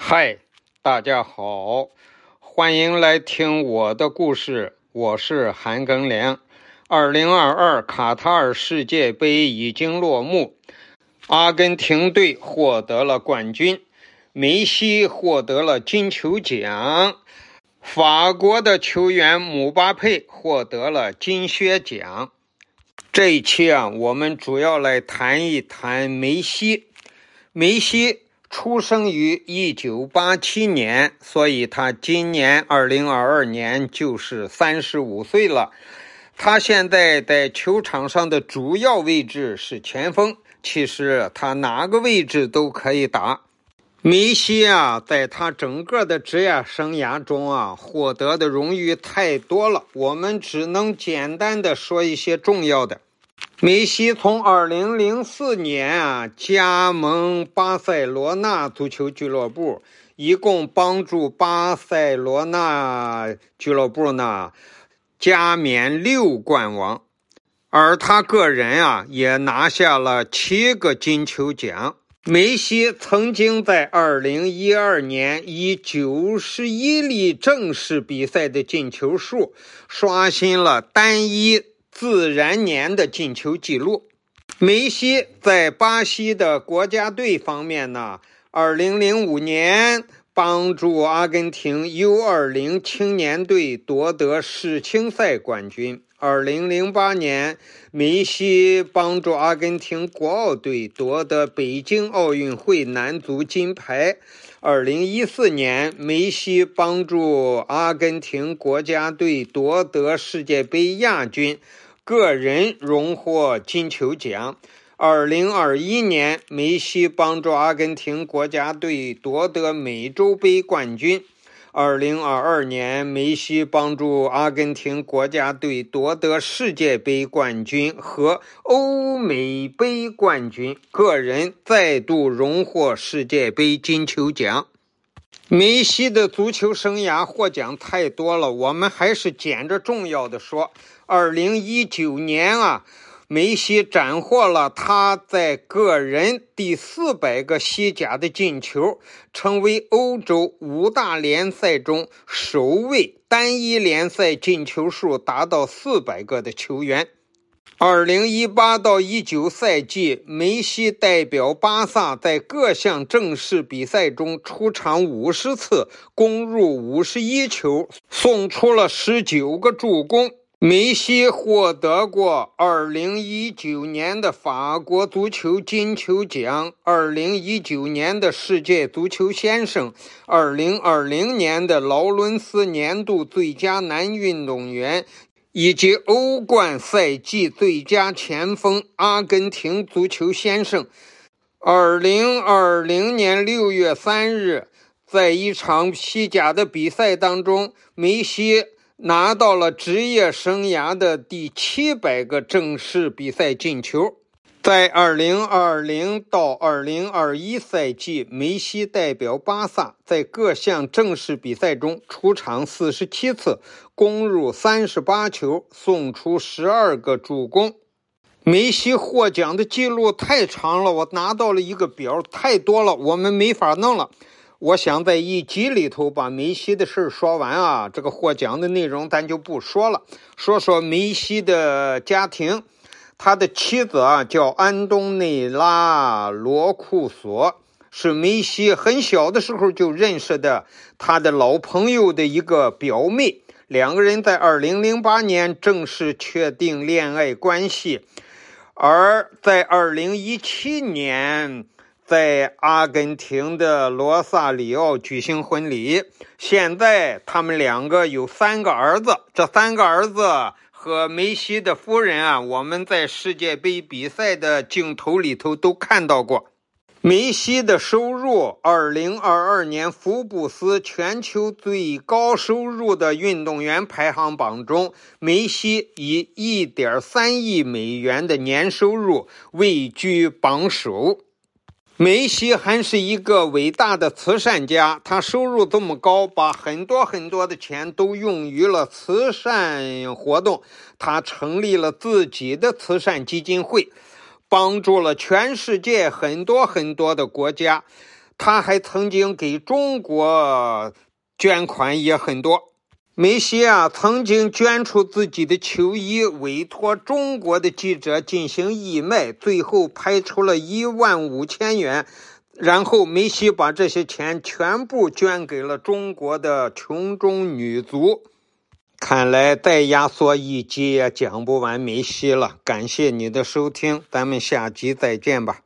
嗨，大家好，欢迎来听我的故事，我是韩庚良。2022卡塔尔世界杯已经落幕，阿根廷队获得了冠军，梅西获得了金球奖，法国的球员姆巴佩获得了金靴奖。这一期我们主要来谈一谈梅西。梅西出生于1987年，所以他今年2022年就是35岁了。他现在在球场上的主要位置是前锋，其实他哪个位置都可以打。梅西在他整个的职业生涯中获得的荣誉太多了，我们只能简单的说一些重要的。梅西从2004年加盟巴塞罗那足球俱乐部，一共帮助巴塞罗那俱乐部加冕6冠王，而他个人也拿下了7个金球奖。梅西曾经在2012年以91粒正式比赛的进球数刷新了单一自然年的进球纪录。梅西在巴西的国家队方面2005年帮助阿根廷 U20 青年队夺得世青赛冠军。2008年，梅西帮助阿根廷国奥队夺得北京奥运会男足金牌。2014年，梅西帮助阿根廷国家队夺得世界杯亚军，个人荣获金球奖。2021年，梅西帮助阿根廷国家队夺得美洲杯冠军。2022年，梅西帮助阿根廷国家队夺得世界杯冠军和欧美杯冠军，个人再度荣获世界杯金球奖。梅西的足球生涯获奖太多了，我们还是捡着重要的说。2019年梅西斩获了他在个人第400个西甲的进球，成为欧洲5大联赛中首位单一联赛进球数达到400个的球员。2018到19赛季，梅西代表巴萨在各项正式比赛中出场50次，攻入51球，送出了19个助攻。梅西获得过2019年的法国足球金球奖、2019年的世界足球先生、2020年的劳伦斯年度最佳男运动员，以及欧冠赛季最佳前锋、阿根廷足球先生。2020年6月3日，在一场西甲的比赛当中，梅西拿到了职业生涯的第700个正式比赛进球。在2020到2021赛季，梅西代表巴萨在各项正式比赛中出场47次，攻入38球，送出12个助攻。梅西获奖的记录太长了，我拿到了一个表，太多了，我们没法弄了。我想在一集里头把梅西的事说完这个获奖的内容咱就不说了，说说梅西的家庭。他的妻子叫安东内拉·罗库索，是梅西很小的时候就认识的他的老朋友的一个表妹，两个人在2008年正式确定恋爱关系，而在2017年在阿根廷的罗萨里奥举行婚礼。现在他们两个有3个儿子，这3个儿子和梅西的夫人我们在世界杯比赛的镜头里头都看到过。梅西的收入，2022年福布斯全球最高收入的运动员排行榜中，梅西以1.3亿美元的年收入位居榜首。梅西还是一个伟大的慈善家，他收入这么高，把很多的钱都用于了慈善活动。他成立了自己的慈善基金会，帮助了全世界很多的国家。 他还曾经给中国捐款也很多。梅西曾经捐出自己的球衣，委托中国的记者进行义卖，最后拍出了15000元，然后梅西把这些钱全部捐给了中国的穷中女足。看来再压缩一集也讲不完梅西了。感谢你的收听，咱们下集再见吧。